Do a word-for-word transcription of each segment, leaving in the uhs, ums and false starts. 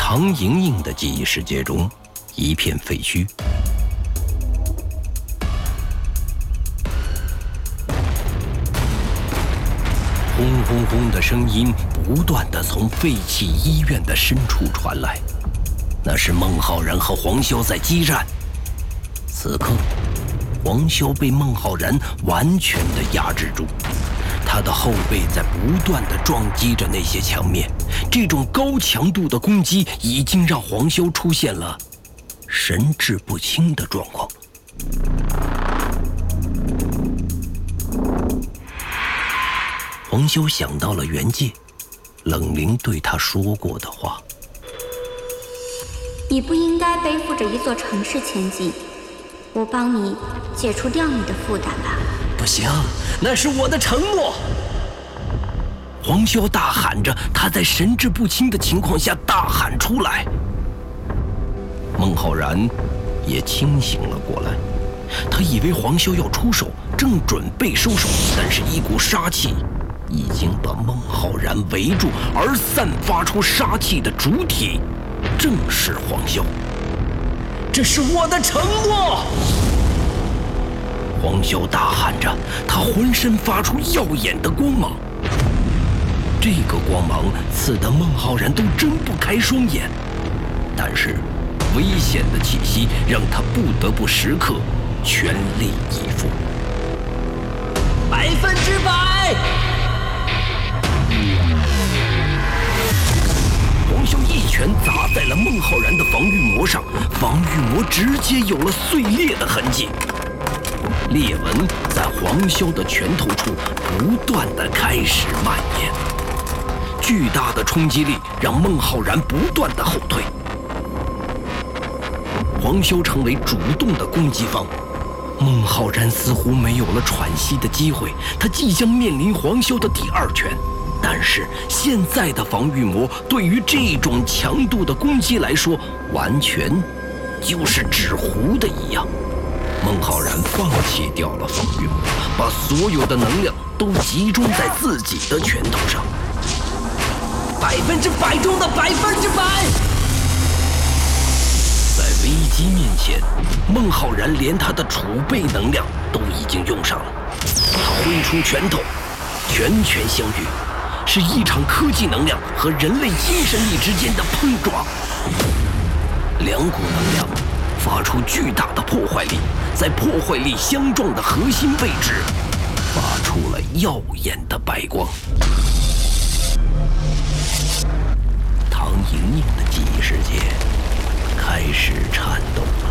唐莹莹的记忆世界中，一片废墟。轰轰轰的声音不断地从废弃医院的深处传来，那是孟浩然和黄潇在激战。此刻，黄潇被孟浩然完全地压制住，他的后背在不断地撞击着那些墙面。这种高强度的攻击已经让黄潇出现了神志不清的状况。黄潇想到了袁界冷灵对他说过的话： 你不应该背负着一座城市前进，我帮你解除掉你的负担吧。 不行，那是我的承诺！黄潇大喊着，他在神志不清的情况下大喊出来。孟浩然也清醒了过来，他以为黄潇要出手，正准备收手，但是一股杀气已经把孟浩然围住，而散发出杀气的主体正是黄潇。这是我的承诺！黄潇大喊着，他浑身发出耀眼的光芒。这个光芒刺得孟浩然都睁不开双眼，但是危险的气息让他不得不时刻全力以赴。百分之百！黄潇一拳砸在了孟浩然的防御膜上，防御膜直接有了碎裂的痕迹。裂纹在黄潇的拳头处不断地开始蔓延，巨大的冲击力让孟浩然不断地后退。黄潇成为主动的攻击方，孟浩然似乎没有了喘息的机会，他即将面临黄潇的第二拳。但是现在的防御膜对于这种强度的攻击来说，完全就是纸糊的一样。孟浩然放弃掉了防御膜，把所有的能量都集中在自己的拳头上。百分之百中的百分之百！在危机面前，孟浩然连他的储备能量都已经用上了。他挥出拳头，拳拳相遇，是一场科技能量和人类精神力之间的碰撞。两股能量发出巨大的破坏力，在破坏力相撞的核心位置发出了耀眼的白光。唐莹莹的记忆世界开始颤抖了。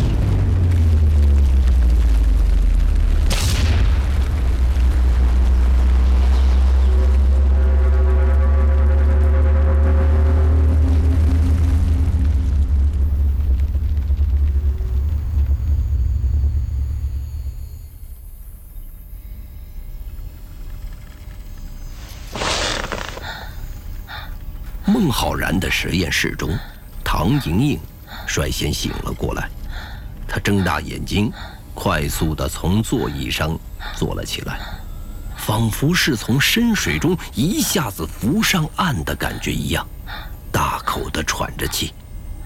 孟浩然的实验室中，唐莹莹率先醒了过来。她睁大眼睛，快速地从座椅上坐了起来，仿佛是从深水中一下子浮上岸的感觉一样，大口地喘着气。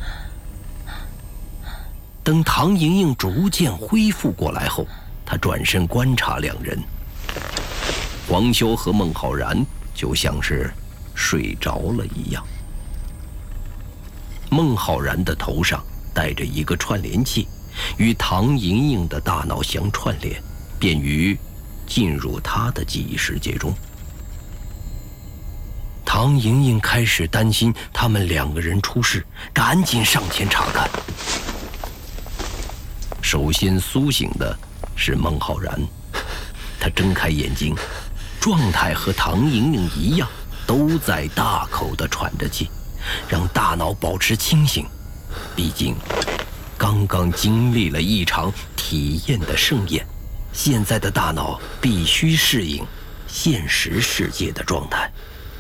等唐莹莹逐渐恢复过来后，她转身观察两人。黄潇和孟浩然就像是睡着了一样。孟浩然的头上带着一个串联器，与唐莹莹的大脑相串联，便于进入他的记忆世界中。唐莹莹开始担心他们两个人出事，赶紧上前查看。首先苏醒的是孟浩然，他睁开眼睛，状态和唐莹莹一样，都在大口地喘着气，让大脑保持清醒。毕竟刚刚经历了一场体验的盛宴，现在的大脑必须适应现实世界的状态。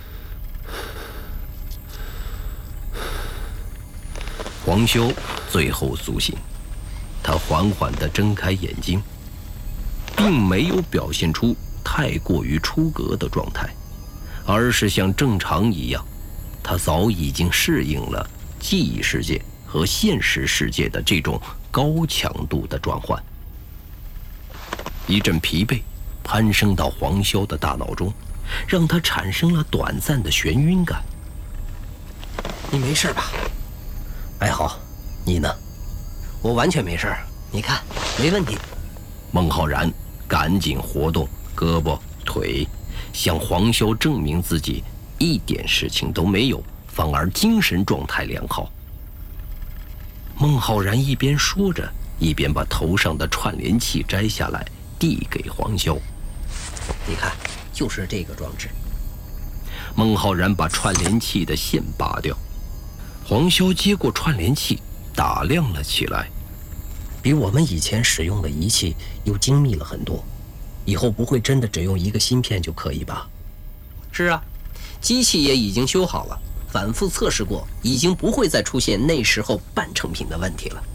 黄修最后苏醒，他缓缓地睁开眼睛，并没有表现出太过于出格的状态，而是像正常一样，他早已经适应了记忆世界和现实世界的这种高强度的转换。一阵疲惫攀升到黄潇的大脑中，让他产生了短暂的眩晕感。 你没事吧？还好，你呢？我完全没事，你看，没问题。 孟浩然赶紧活动胳膊腿，向黄潇证明自己一点事情都没有，反而精神状态良好。孟浩然一边说着，一边把头上的串联器摘下来，递给黄潇。 你看，就是这个装置。 孟浩然把串联器的线拔掉，黄潇接过串联器，打量了起来。 比我们以前使用的仪器又精密了很多，以后不会真的只用一个芯片就可以吧？是啊，机器也已经修好了，反复测试过，已经不会再出现那时候半成品的问题了。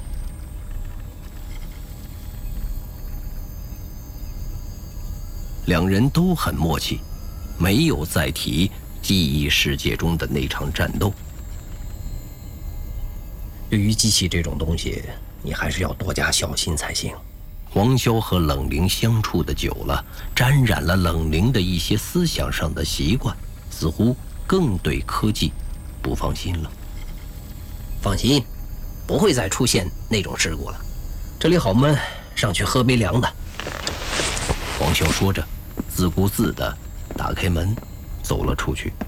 两人都很默契，没有再提记忆世界中的那场战斗。 对于机器这种东西，你还是要多加小心才行。 黄潇和冷灵相处的久了，沾染了冷灵的一些思想上的习惯，似乎更对科技不放心了。 放心，不会再出现那种事故了。这里好闷，上去喝杯凉的。 黄潇说着，自顾自地打开门，走了出去。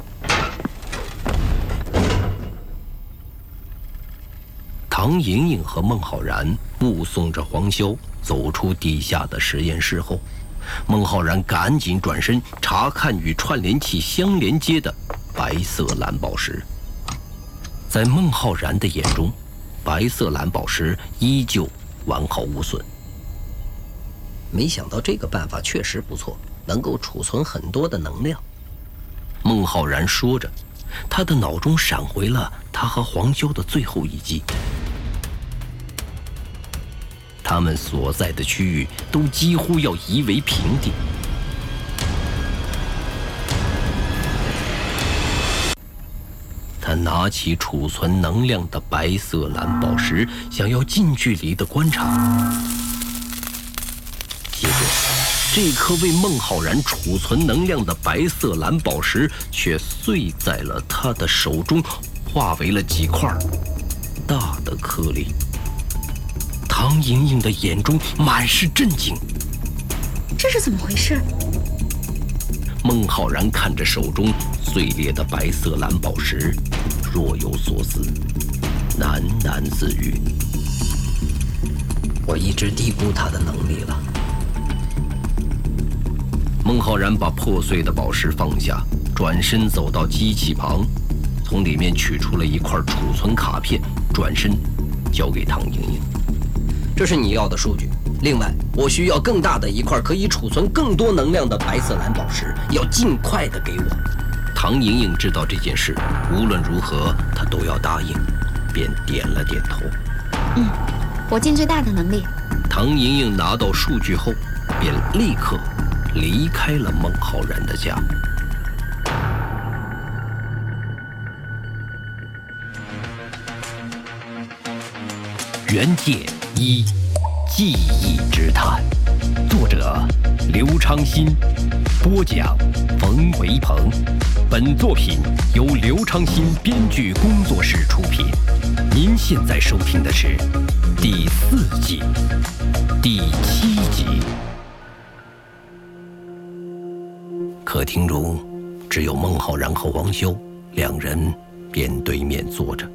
唐莹莹和孟浩然目送着黄潇走出地下的实验室后，孟浩然赶紧转身查看与串联器相连接的白色蓝宝石。在孟浩然的眼中，白色蓝宝石依旧完好无损。 没想到这个办法确实不错，能够储存很多的能量。 孟浩然说着，他的脑中闪回了他和黄潇的最后一击。他们所在的区域都几乎要夷为平地。他拿起储存能量的白色蓝宝石，想要近距离的观察。结果，这颗为孟浩然储存能量的白色蓝宝石却碎在了他的手中，化为了几块大的颗粒。唐莹莹的眼中满是震惊， 这是怎么回事？ 孟浩然看着手中碎裂的白色蓝宝石，若有所思，喃喃自语： 我一直低估他的能力了。 孟浩然把破碎的宝石放下，转身走到机器旁，从里面取出了一块储存卡片，转身交给唐莹莹。 这是你要的数据。另外，我需要更大的一块可以储存更多能量的白色蓝宝石，要尽快的给我。 唐莹莹知道这件事无论如何她都要答应，便点了点头。 嗯，我尽最大的能力。 唐莹莹拿到数据后，便立刻离开了孟浩然的家。原界一，记忆之谈，作者刘昌新，播讲冯维鹏。本作品由刘昌新编剧工作室出品。您现在收听的是第四季第七集。客厅中只有孟浩然和王修两人面对面坐着。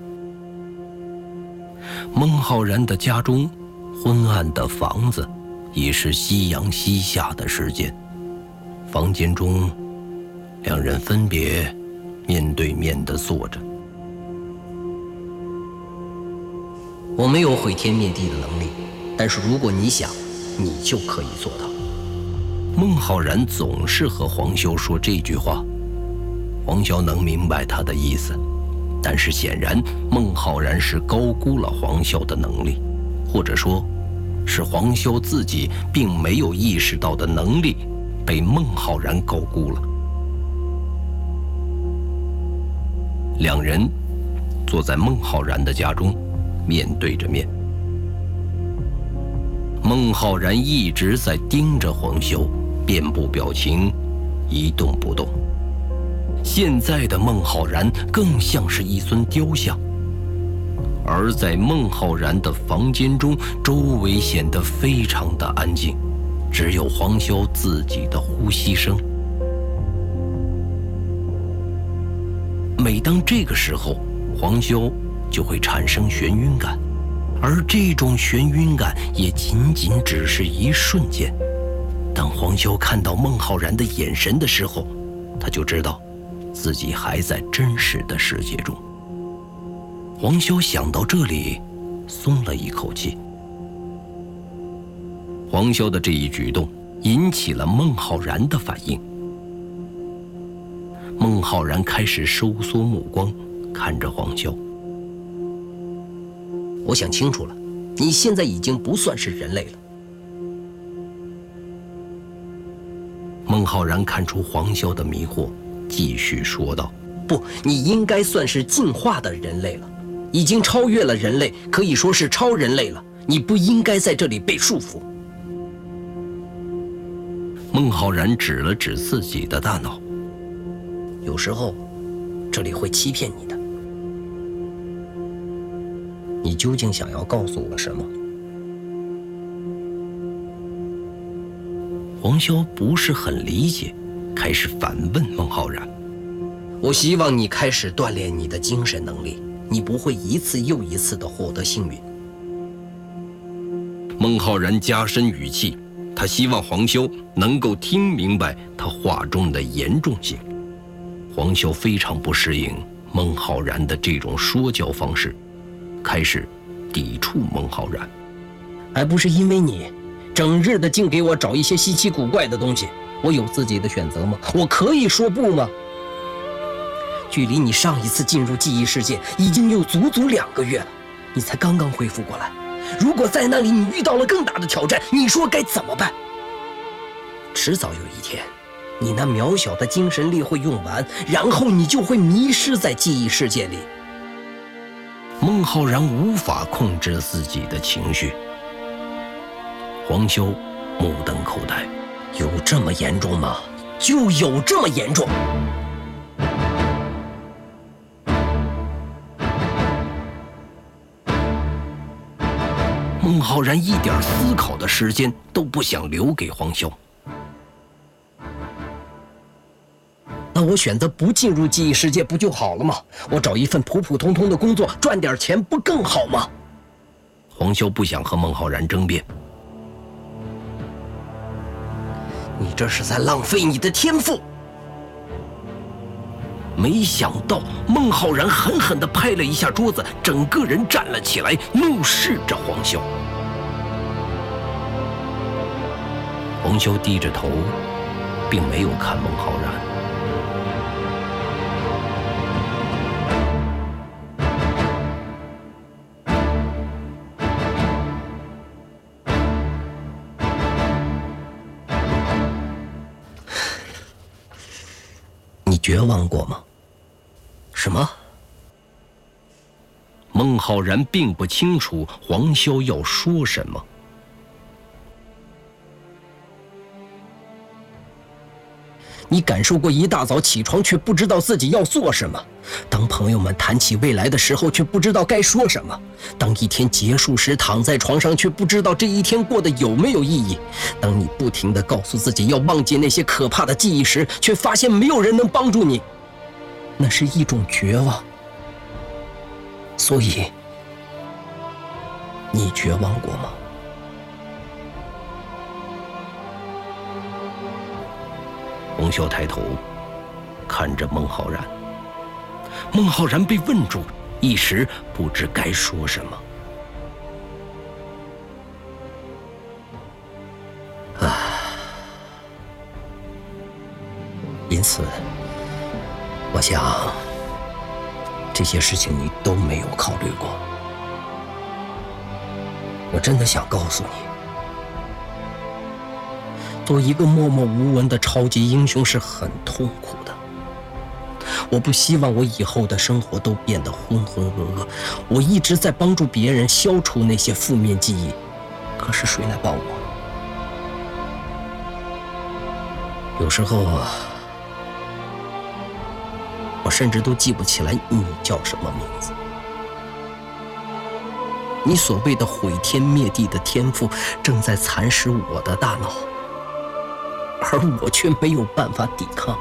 孟浩然的家中昏暗的房子，已是夕阳西下的时间。房间中，两人分别面对面地坐着。 我没有毁天灭地的能力，但是如果你想，你就可以做到。 孟浩然总是和黄修说这句话，黄修能明白他的意思，但是显然孟浩然是高估了黄修的能力，或者说是黄修自己并没有意识到的能力被孟浩然高估了。两人坐在孟浩然的家中，面对着面。孟浩然一直在盯着黄修，面部表情一动不动。现在的孟浩然更像是一尊雕像，而在孟浩然的房间中，周围显得非常的安静，只有黄修自己的呼吸声。每当这个时候，黄修就会产生眩晕感，而这种眩晕感也仅仅只是一瞬间。当黄修看到孟浩然的眼神的时候，他就知道自己还在真实的世界中。黄修想到这里，松了一口气。黄修的这一举动引起了孟浩然的反应。孟浩然开始收缩目光，看着黄修。 我想清楚了，你现在已经不算是人类了。 孟浩然看出黄修的迷惑，继续说道：“ 不，你应该算是进化的人类了，已经超越了人类，可以说是超人类了。你不应该在这里被束缚。” 孟浩然指了指自己的大脑。 有时候，这里会欺骗你的。你究竟想要告诉我什么？ 黄修不是很理解，开始反问孟浩然：“ 我希望你开始锻炼你的精神能力，你不会一次又一次地获得幸运。” 孟浩然加深语气，他希望黄修能够听明白他话中的严重性。黄修非常不适应孟浩然的这种说教方式，开始抵触孟浩然。 还不是因为你整日的净给我找一些稀奇古怪的东西，我有自己的选择吗？我可以说不吗？距离你上一次进入记忆世界已经有足足两个月了，你才刚刚恢复过来。如果在那里你遇到了更大的挑战，你说该怎么办？迟早有一天，你那渺小的精神力会用完，然后你就会迷失在记忆世界里。 孟浩然无法控制自己的情绪。黄修目瞪口呆， 有这么严重吗？就有这么严重。 孟浩然一点思考的时间都不想留给黄修。 那我选择不进入记忆世界不就好了吗？我找一份普普通通的工作，赚点钱不更好吗？ 黄修不想和孟浩然争辩。 你这是在浪费你的天赋。 没想到孟浩然狠狠地拍了一下桌子，整个人站了起来，怒视着黄修。黄修低着头，并没有看孟浩然。 你绝望过吗？什么？ 孟浩然并不清楚黄修要说什么。 你感受过一大早起床却不知道自己要做什么，当朋友们谈起未来的时候却不知道该说什么，当一天结束时躺在床上却不知道这一天过得有没有意义，当你不停地告诉自己要忘记那些可怕的记忆时，却发现没有人能帮助你，那是一种绝望。所以，你绝望过吗？ 黄修抬头看着孟浩然，孟浩然被问住，一时不知该说什么。 啊，因此，我想这些事情你都没有考虑过。我真的想告诉你，做一个默默无闻的超级英雄是很痛苦的。 我不希望我以后的生活都变得浑浑噩噩。我一直在帮助别人消除那些负面记忆，可是谁来帮我？有时候啊，我甚至都记不起来你叫什么名字。你所谓的毁天灭地的天赋正在蚕食我的大脑，而我却没有办法抵抗。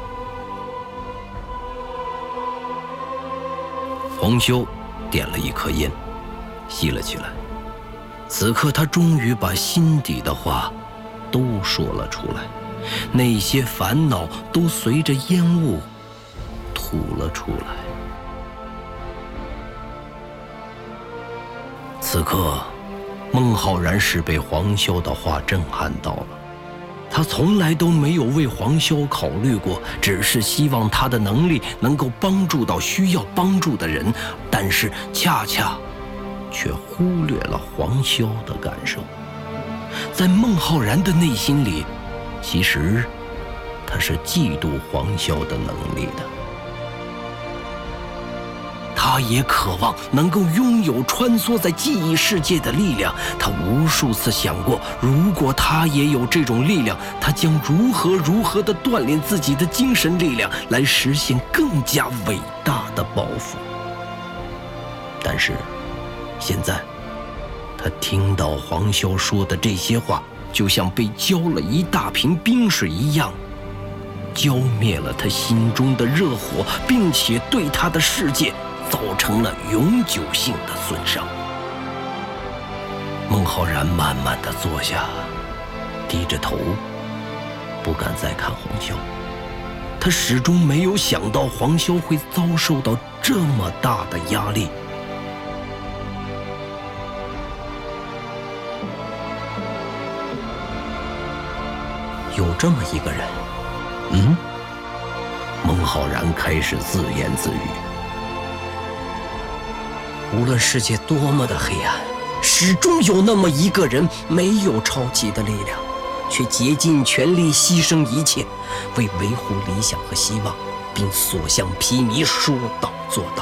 黄修点了一颗烟，吸了起来。此刻他终于把心底的话都说了出来，那些烦恼都随着烟雾吐了出来。此刻，孟浩然是被黄修的话震撼到了。他从来都没有为黄修考虑过，只是希望他的能力能够帮助到需要帮助的人，但是恰恰却忽略了黄修的感受。在孟浩然的内心里，其实他是嫉妒黄修的能力的。他也渴望能够拥有穿梭在记忆世界的力量。他无数次想过，如果他也有这种力量，他将如何如何地锻炼自己的精神力量，来实现更加伟大的抱负。但是现在他听到黄修说的这些话，就像被浇了一大瓶冰水一样，浇灭了他心中的热火，并且对他的世界造成了永久性的损伤。孟浩然慢慢地坐下，低着头，不敢再看黄修。他始终没有想到黄修会遭受到这么大的压力。 有这么一个人， 嗯？孟浩然开始自言自语。 无论世界多么的黑暗，始终有那么一个人没有超级的力量，却竭尽全力牺牲一切，为维护理想和希望，并所向披靡，说到做到。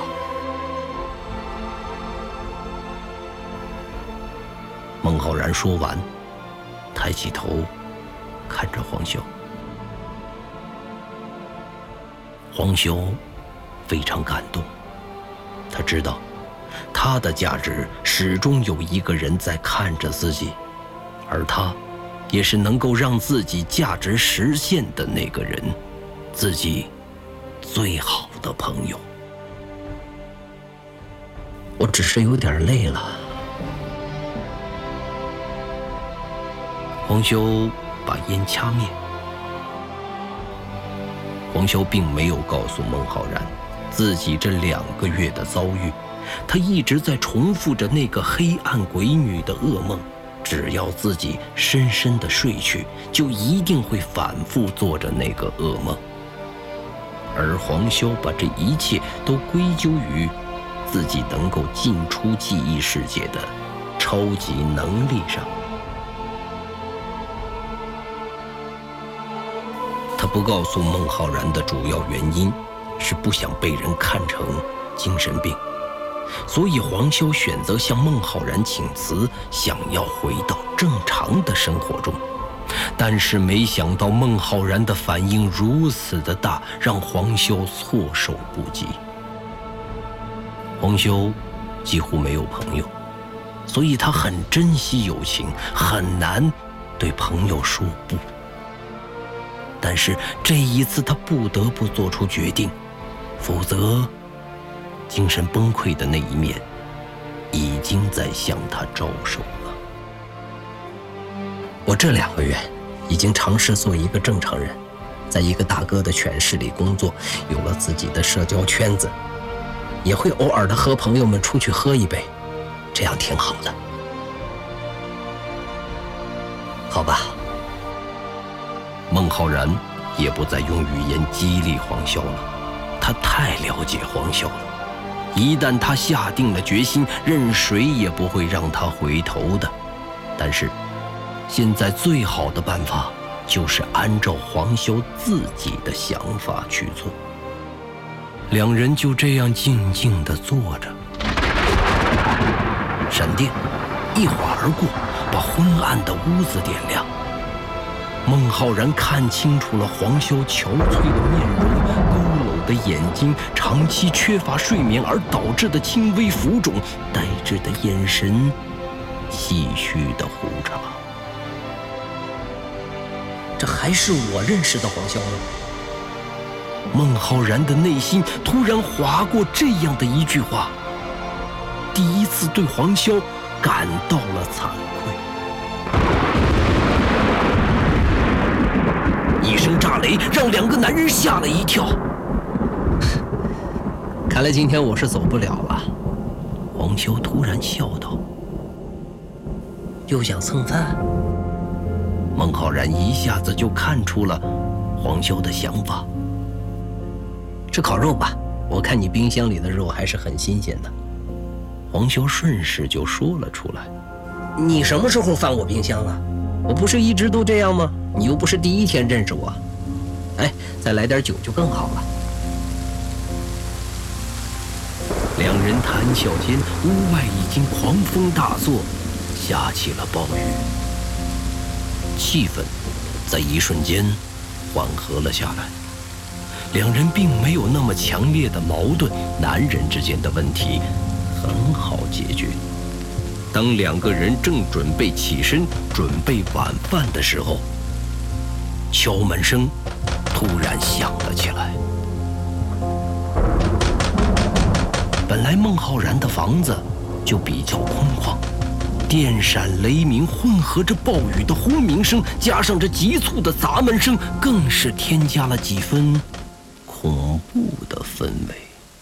孟浩然说完，抬起头看着黄修。黄修非常感动，他知道他的价值始终有一个人在看着自己，而他也是能够让自己价值实现的那个人，自己最好的朋友。 我只是有点累了。 黄修把烟掐灭。黄修并没有告诉孟浩然自己这两个月的遭遇，他一直在重复着那个黑暗鬼女的噩梦，只要自己深深的睡去，就一定会反复做着那个噩梦。而黄修把这一切都归咎于自己能够进出记忆世界的超级能力上。他不告诉孟浩然的主要原因是不想被人看成精神病，所以黄修选择向孟浩然请辞，想要回到正常的生活中。但是没想到孟浩然的反应如此的大，让黄修措手不及。黄修几乎没有朋友，所以他很珍惜友情，很难对朋友说不。但是这一次他不得不做出决定，否则精神崩溃的那一面已经在向他招手了。我这两个月已经尝试做一个正常人，在一个大哥的犬室里工作，有了自己的社交圈子，也会偶尔的和朋友们出去喝一杯，这样挺好的。好吧。孟浩然也不再用语言激励黄修了，他太了解黄修了，一旦他下定了决心，任谁也不会让他回头的。但是现在最好的办法就是按照黄修自己的想法去做。 两人就这样静静地坐着。闪电一划而过，把昏暗的屋子点亮。孟浩然看清楚了黄潇憔悴的面容、佝偻的眼睛、长期缺乏睡眠而导致的轻微浮肿、呆滞的眼神、唏嘘的胡茬。 这还是我认识的黄潇吗？ 孟浩然的内心突然划过这样的一句话，第一次对黄潇感到了惭愧。一声炸雷让两个男人吓了一跳。 看来今天我是走不了了。 黄潇突然笑道。 又想蹭饭？ 孟浩然一下子就看出了黄潇的想法。 吃烤肉吧，我看你冰箱里的肉还是很新鲜的。 黄潇顺势就说了出来。 你什么时候翻我冰箱了？我不是一直都这样吗？你又不是第一天认识我。哎，再来点酒就更好了。 两人谈笑间，屋外已经狂风大作，下起了暴雨。气氛在一瞬间缓和了下来。两人并没有那么强烈的矛盾，男人之间的问题很好解决。当两个人正准备起身准备晚饭的时候，敲门声突然响了起来。本来孟浩然的房子就比较空旷，电闪雷鸣混合着暴雨的轰鸣声，加上这急促的砸门声，更是添加了几分恐怖的氛围。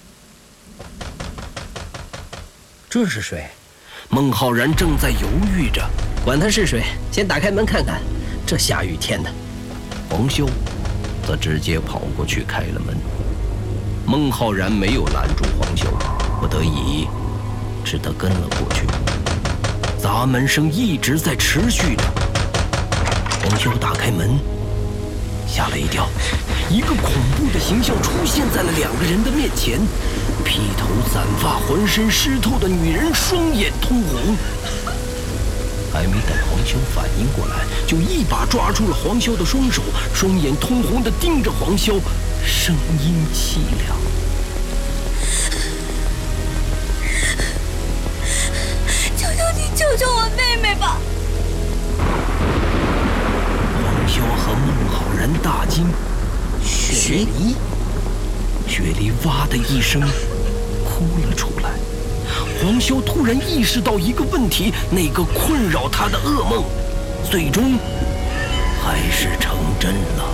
这是谁？ 孟浩然正在犹豫着， 管他是谁，先打开门看看。这下雨天的。 黄潇则直接跑过去开了门。孟浩然没有拦住黄潇，不得已只得跟了过去。砸门声一直在持续着。黄潇打开门，吓了一跳，一个恐怖的形象出现在了两个人的面前。披头散发、浑身湿透的女人，双眼通红。还没等黄潇反应过来，就一把抓住了黄潇的双手，双眼通红地盯着黄潇，声音凄凉：“ 求求你，救救我妹妹吧！” 黄潇和孟浩然大惊：“雪梨！”雪梨哇的一声哭了出来。黄潇突然意识到一个问题，那个困扰他的噩梦，最终还是成真了。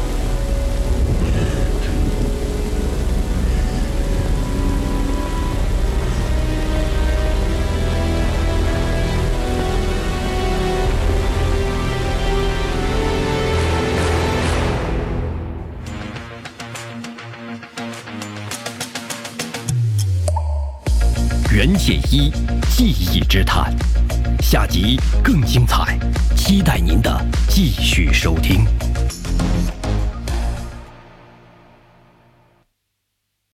袁解一记忆之谈，下集更精彩，期待您的继续收听。